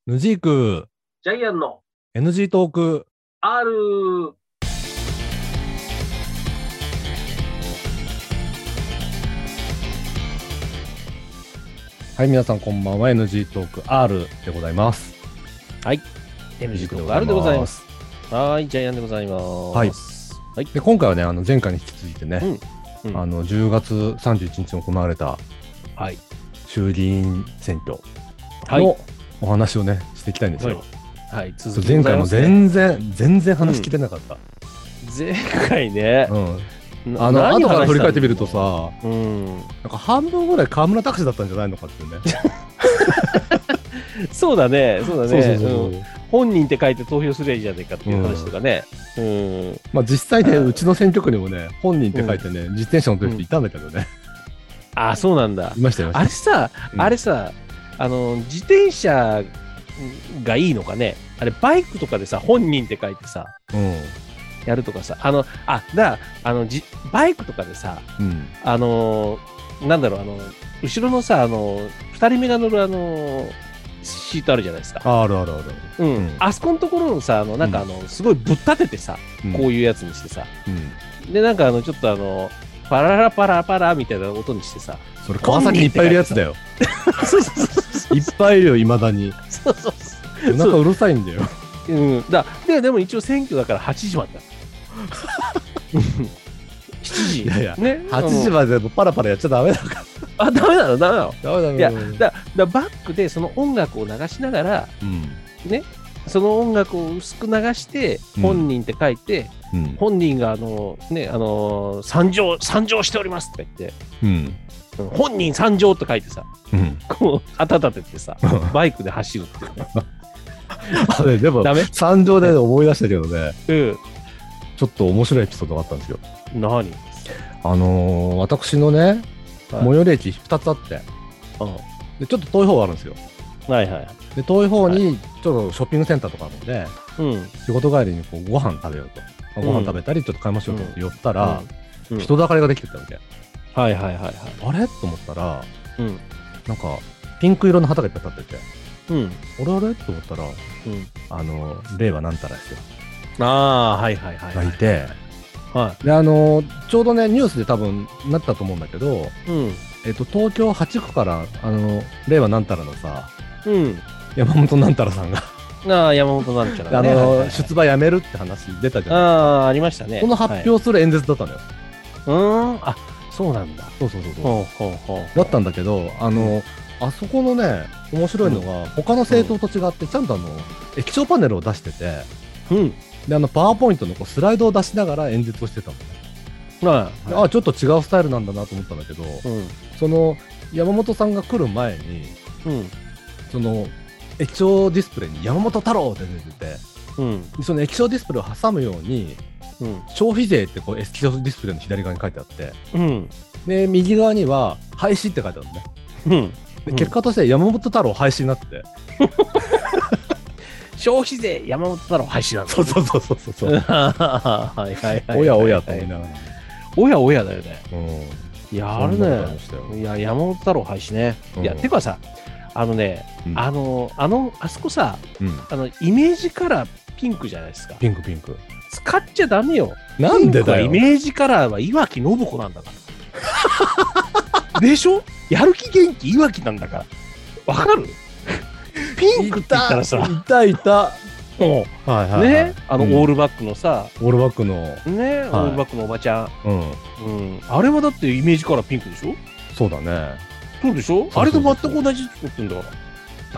ヌジークジャイアンの NG トーク。 R。 はい、皆さんこんばんは。NG トーク R でございます。 はい。NG トーク R でございます。はい、ジャイアンでございます。 はい。はい、で今回はね、前回に引き続いてね、10月31日に行われた、 はい、 衆議院選挙のお話をね、していきたいんですよ。 はい、 続き前回も全然話聞いてなかった。 前回ね。 後から振り返ってみるとさ、なんか半分ぐらい河村拓司だったんじゃないのかっていうね。 そうだね。本人って書いて投票すればいいじゃないかっていう話とかね。 まあ実際ね、うちの選挙区にもね、本人って書いてね、自転車乗ってる人いたんだけどね。 あ、そうなんだ。 いましたよ。 あれさ、自転車がいいのかね。あれバイクとかでさ、本人って書いてさ。やるとかさ、バイクとかでさ、なんだろう、後ろのさ、2人目が乗るシートあるじゃないですか。 ある。 あそこのところのさ、なんかすごいぶっ立ててさ、こういうやつにしてさ、で、なんかちょっとパララパラパラみたいな音にしてさ、 それ川崎にいっぱいいるやつだよ。いっぱいいるよ、いまだに。なんかうるさいんだよ。 でも一応選挙だから8時までだ。7時。 いや、ね、8時までパラパラやっちゃダメだから。 ダメなの。 ダメ。 いや、バックでその音楽を流しながら、ね、その音楽を薄く流して、本人って書いて、本人が参上しておりますって言って、本人参上って書いてさ、こう、旗立ててさ、バイクで走るっていうね。 でも、参上で思い出したけどね、ちょっと面白いエピソードがあったんですよ。 何？ 私のね、最寄り駅2つあって、でちょっと遠い方があるんですよ。で遠い方にちょっとショッピングセンターとかあるので、仕事帰りにこうご飯食べようと、ご飯食べたりちょっと買いましょうと寄ったら、人だかりができてたわけ。あれと思ったら、なんかピンク色の旗がいっぱい立ってて、あれと思ったら、令和なんたらですよ。がいて、でちょうどねニュースで多分なったと思うんだけど、東京8区から令和なんたらのさ、山本なんたらさんが山本なんちゃらね、 出馬やめるって話出たじゃないですか。ありましたね。 その発表する演説だったのよ。 あ、そうなんだ。 そうだったんだけど、あそこのね面白いのが、他の政党と違ってちゃんと液晶パネルを出してて、でパワーポイントのこうスライドを出しながら演説をしてたのね。ちょっと違うスタイルなんだなと思ったんだけど、その山本さんが来る前に、その液晶ディスプレイに山本太郎って出てて、その液晶ディスプレイを挟むように、消費税ってこう液晶ディスプレイの左側に書いてあって、で右側には廃止って書いてあるのね。で結果として山本太郎廃止になって消費税山本太郎廃止なんだ。 そうおやおやと言いながら、 おやおやだよね。いやあれね、いや山本太郎廃止ね。いやてかさ、あそこさ、イメージカラーピンクじゃないですか。 ピンク使っちゃダメよ。 なんでだよ。 イメージカラーは岩城信子なんだからでしょ。やる気元気岩城なんだから。わかる？ピンクって言ったらさ、 いた。 ね、オールバックのさ、 オールバックのオールバックのおばちゃん。あれはだってイメージカラーピンクでしょ。 そうだね。 そうでしょ。あれと全く同じ作ってんだから。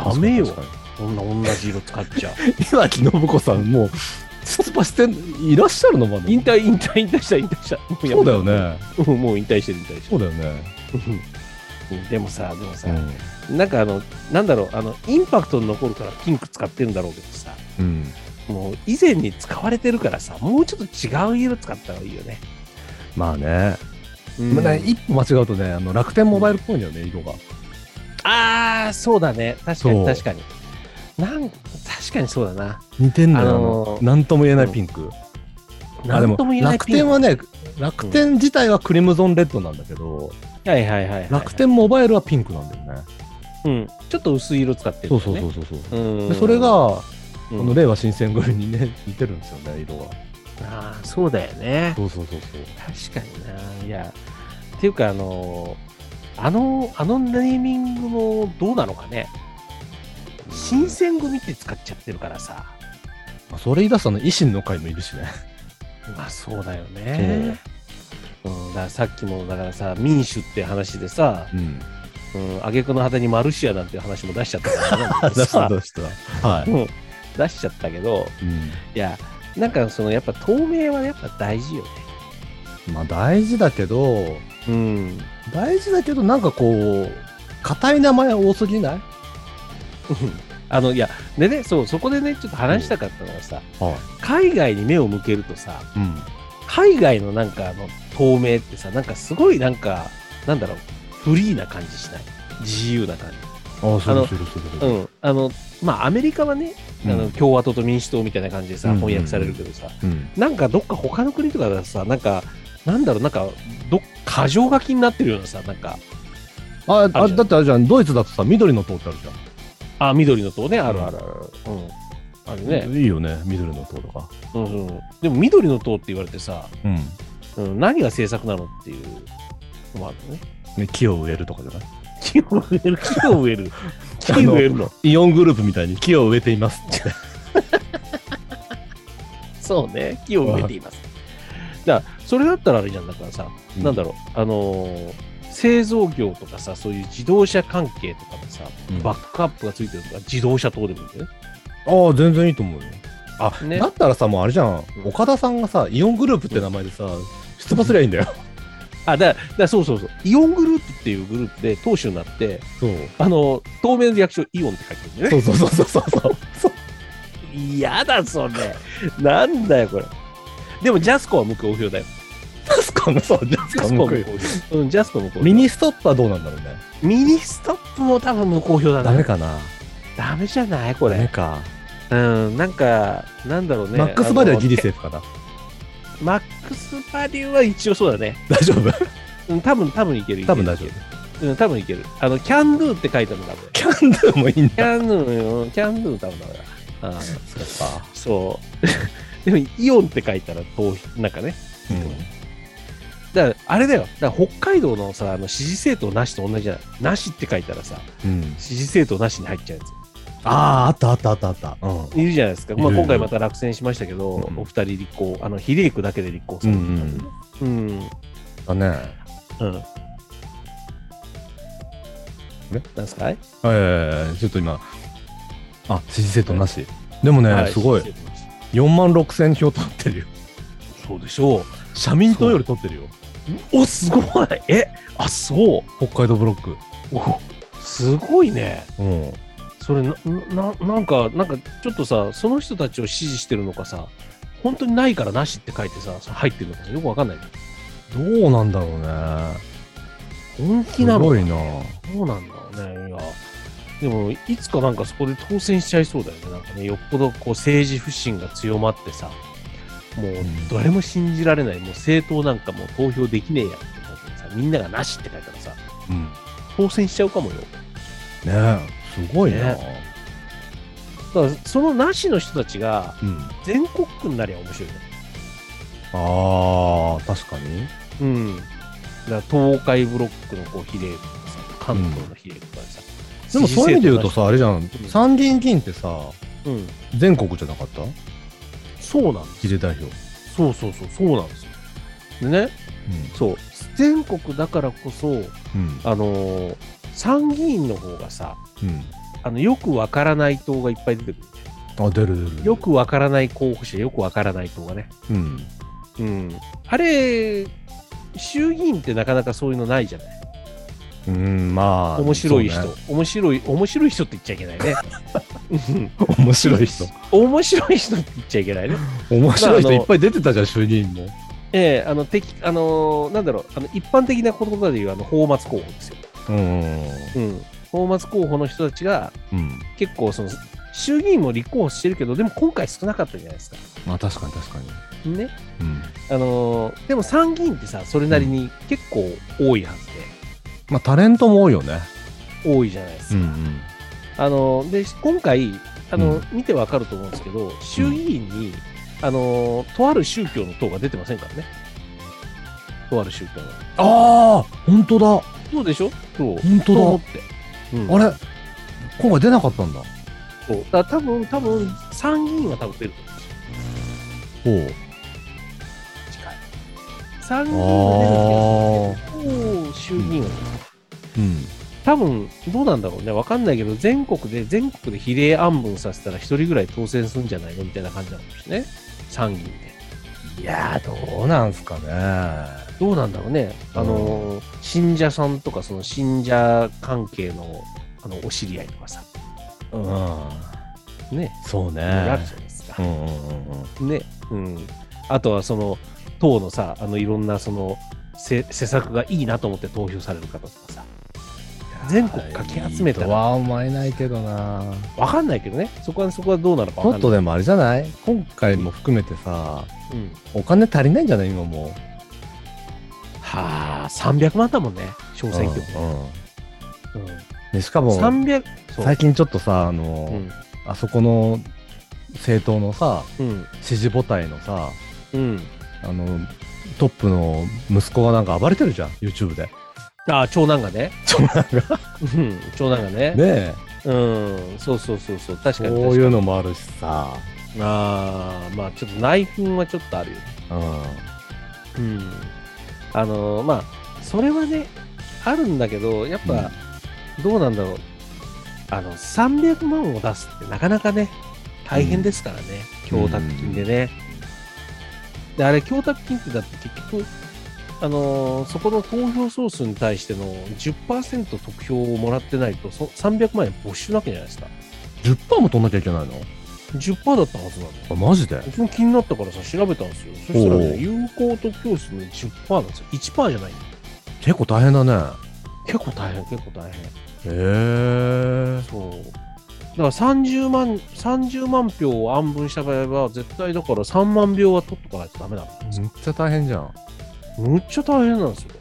ダメよ。こんな同じ色使っちゃ。 岩城信子さんもう出馬していらっしゃるのまだ。 引退した。 そうだよね。 もう引退してる。 そうだよね。 でもさ、なんかなんだろう、インパクトに残るからピンク使ってるんだろうけどさ、もう以前に使われてるからさ、もうちょっと違う色使った方がいいよね。 まあね。一歩間違うとね、楽天モバイルっぽいんだよね、色が。 そうだね。確かに。確かにそうだな。 似てんのよ。なんとも言えないピンク。 なんとも言えないピンク。 楽天はね、楽天自体はクリムゾンレッドなんだけど、楽天モバイルはピンクなんだよね。 うん、ちょっと薄い色使ってるんだよね。 そう。でそれが、令和新選組にね似てるんですよね、色が。 ああ、そうだよね。 そう。 確かにな。いや、っていうかあのネーミングもどうなのかね。新選組って使っちゃってるからさ。 それ言い出したの維新の会もいるしね。 まあそうだよね。だからさっきもだからさ、民主って話でさ、挙句の果てにマルシアなんていう話も出しちゃったから出した。はい。 出しちゃったけど、いや、なんかそのやっぱ透明はやっぱ大事よね。 まあ大事だけど、なんかこう、硬い名前多すぎない？ いや、でね、そこでね、ちょっと話したかったのはさ、海外に目を向けるとさ、海外のなんか透明ってさ、なんかすごいなんか、なんだろう、フリーな感じしない？自由な感じ。まあアメリカはね、共和党と民主党みたいな感じでさ、翻訳されるけどさ、なんかどっか他の国とかだとさ、なんか、なんだろう、なんか、箇条書きになってるようなさ、なんか。 だってあれじゃん、ドイツだとさ、緑の塔ってあるじゃん。 あ、緑の塔ね、ある。あるね。 いいよね、緑の塔とか。 でも緑の塔って言われてさ、何が政策なのっていうのもあるのね。 木を植えるとかじゃない？ 木を植えるの。 イオングループみたいに木を植えていますって。 そうね、木を植えています。だからそれだったらあれじゃん、だからさ、なんだろう、製造業とかさ、そういう自動車関係とかでさ、バックアップがついてるとか、自動車等でもいいんだよね。 ああ、全然いいと思うよ。だったらさ、もうあれじゃん、岡田さんがさ、イオングループって名前でさ、出馬すりゃいいんだよ。 だからそう。イオングループっていうグループで党首になって、透明の略称イオンって書いてるんだよね。そう。嫌だ、それ。なんだよ、これ。でも、ジャスコは無効票だよ。 ジャスコ無効票。 ジャスコ無効票。 ミニストップはどうなんだろうね。 ミニストップも多分無効票だね。 ダメかな。 ダメじゃないこれ。 ダメか。 なんか、なんだろうね。 マックスバリューはギリセーフかな。 マックスバリューは一応そうだね。 大丈夫？ 多分いける。 多分大丈夫。多分いける。キャンドゥって書いてあるんだもん。 キャンドゥもいいんだ。 キャンドゥ多分だから。 そうか。 そう。でも、イオンって書いたら、なんかね。だから、あれだよ。だから北海道のさ、支持政党なしと同じじゃない。なしって書いたらさ、支持政党なしに入っちゃうやつ。 あった。 いるじゃないですか。まあ今回また落選しましたけど、お二人立候補、比例区だけで立候補されてたんでね。 だね。 なんすかい？ ちょっと今、支持政党なし。でもね、すごい。4万6千票取ってるよ。 そうでしょう。 社民党より取ってるよ。 お、すごい。そう。 北海道ブロック。 すごいね。それなんかちょっとさ、その人たちを支持してるのかさ、本当にないからなしって書いてさ、入ってるのかよくわかんない。 どうなんだろうね。 本気なの？ すごいな。 どうなんだろうね。いや、でもいつかなんかそこで当選しちゃいそうだよね。なんかね、よっぽどこう政治不信が強まってさ、もう誰も信じられない、もう政党なんかもう投票できねえやって思ってさ、みんながなしって書いたらさ、当選しちゃうかもよ。 ねえ。すごいね。だからそのなしの人たちが全国区になりゃ面白いね。 確かに。だから東海ブロックのこう比例区とかさ、関東の比例区とかさ。 でもそういう意味で言うとさ、あれじゃん、参議院議員ってさ、全国じゃなかった？ そうなんです。 比例代表。 そうなんですよ。でね、全国だからこそ、参議院の方がさ、よくわからない党がいっぱい出てくる。 出る。 よくわからない候補者、よくわからない党がね。あれ、衆議院ってなかなかそういうのないじゃない。 まあ。 面白い人。面白い人って言っちゃいけないね。 面白い人。 面白い人って言っちゃいけないね。 面白い人いっぱい出てたじゃん、衆議院も。 なんだろう、一般的な言葉で言う、泡沫候補ですよ。泡沫候補の人たちが、結構衆議院も立候補してるけど、でも今回少なかったじゃないですか。 確かに。 ね。でも参議院ってさ、それなりに結構多いはずで。 タレントも多いよね。 多いじゃないですか。で、今回、見てわかると思うんですけど、衆議院に、とある宗教の党が出てませんからね。とある宗教の。 ああ、本当だ。 そうでしょ？そう。 本当だ。 思って。 あれ今回出なかったんだ。 そう。だから多分、参議院は多分出ると思うんですよ。 ほう。 近い。参議院は出るけど、衆議院は出る。多分、どうなんだろうね。わかんないけど、全国で比例安分させたら一人ぐらい当選するんじゃないのみたいな感じなんですね。参議院で。 いやー、どうなんすかね。 どうなんだろうね。信者さんとか、その信者関係の、お知り合いとかさ。ね。 そうね。 あるじゃないですか。ね。あとは、その、党のさ、いろんな、その、施策がいいなと思って投票される方とかさ。全国かき集めたら。 は思えないけどな。 わかんないけどね。そこはどうなのかわかんない。 ちょっとでもあれじゃない？今回も含めてさ、お金足りないんじゃない今もう。 はあ、300万だもんね。小選挙でしかも、最近ちょっとさ、あそこの政党のさ、支持母体のさ、トップの息子がなんか暴れてるじゃん、YouTube で。 ああ、長男がね。長男がね。 ねえ。 そう。確かに。そういうのもあるしさ。 まあ、ちょっと内紛はちょっとあるよね。まあ、それはね、あるんだけど、やっぱ、どうなんだろう。300万を出すってなかなかね、大変ですからね。供託金でね。で、あれ、供託金ってだって結局、そこの投票総数に対しての 10% 得票をもらってないと、300万円没収なわけじゃないですか。 10% も取んなきゃいけないの？ 10% だったはずなの。 あ、マジで？ 僕も気になったからさ、調べたんですよ。そしたらね、有効得票数の 10% なんですよ。1% じゃないの。 結構大変だね。 結構大変。 へえ。 そう。だから30万票を安分した場合は、絶対だから3万票は取っとかないとダメなんです。 めっちゃ大変じゃん。 むっちゃ大変なんですよ。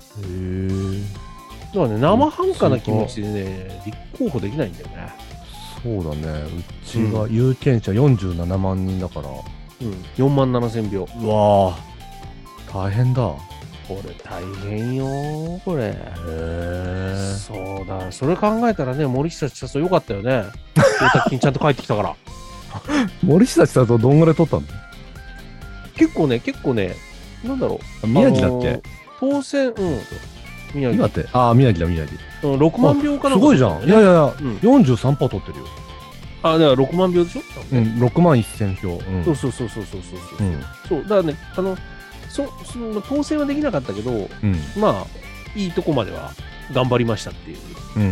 だからね、生半可な気持ちでね、立候補できないんだよね。 そうだね。うちが有権者47万人だから。 4万7千票。 うわぁ。大変だ。 これ大変よこれ。そうだ。それ考えたらね、森下千里よかったよね。供託金ちゃんと帰ってきたから。 森下千里どんぐらい取ったの？ 結構ね、なんだろう。 宮城だっけ？ 当選、 宮城。宮城だ、宮城。 6万票かな。 すごいじゃん。いや、43% 取ってるよ。 だから6万票でしょ ？6万1000票。 そう。そう、だからね、当選はできなかったけど、まあ、いいとこまでは頑張りましたっていう。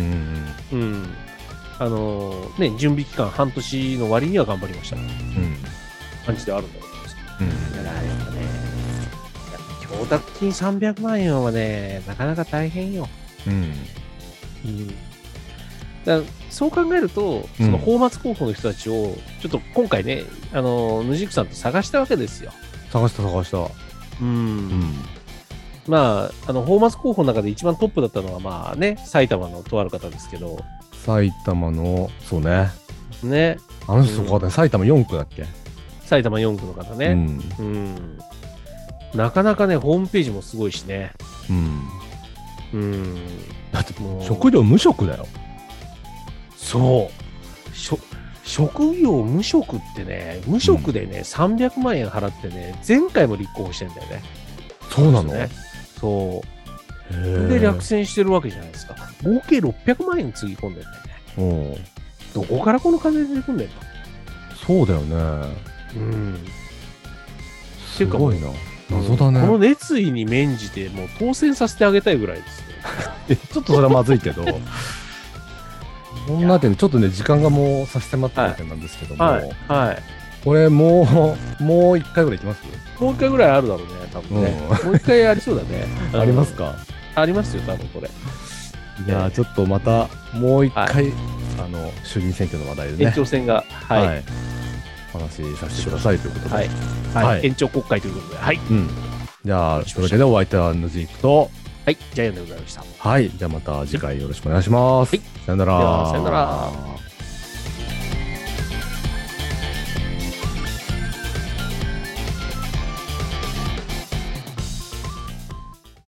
準備期間半年の割には頑張りました。感じであるんだと思うんですけど。やっぱね、供託金300万円はね、なかなか大変よ。だそう考えると、その泡沫候補の人たちを、ちょっと今回ね、ヌジクさんと探したわけですよ。 探した。 まあ、泡沫候補の中で一番トップだったのは、まあね、埼玉のとある方ですけど。 埼玉の、そうね。 ね。 あの人、そうかね、埼玉4区だっけ？ 埼玉4区の方ね。なかなかね、ホームページもすごいしね。 だってもう、食料無職だよ。 そう。職業無職ってね、無職でね、300万円払ってね、前回も立候補してんだよね。 そうなの？ そう。で、落選してるわけじゃないですか。合計600万円つぎ込んでんだよね。どこからこの金出てくんだよ。 そうだよね。すごいな。謎だね。 この熱意に免じて、もう当選させてあげたいぐらいですよ。ちょっとそれはまずいけど。こんな点ちょっとね、時間がもう差し迫ったわけなんですけども。これもう一回ぐらいいきます？ もう一回ぐらいあるだろうね、多分ね。もう一回ありそうだね。 ありますか？ ありますよ、多分これ。 いやちょっとまたもう一回、衆議院選挙の話題でね。 延長戦が、 お話しさせてくださいということで。 延長国会ということで。 じゃあ、それでお相手はヌジークと、 はい、ジャイアンでございました。 はい、じゃあまた次回よろしくお願いします。はい、さよなら。 さよなら。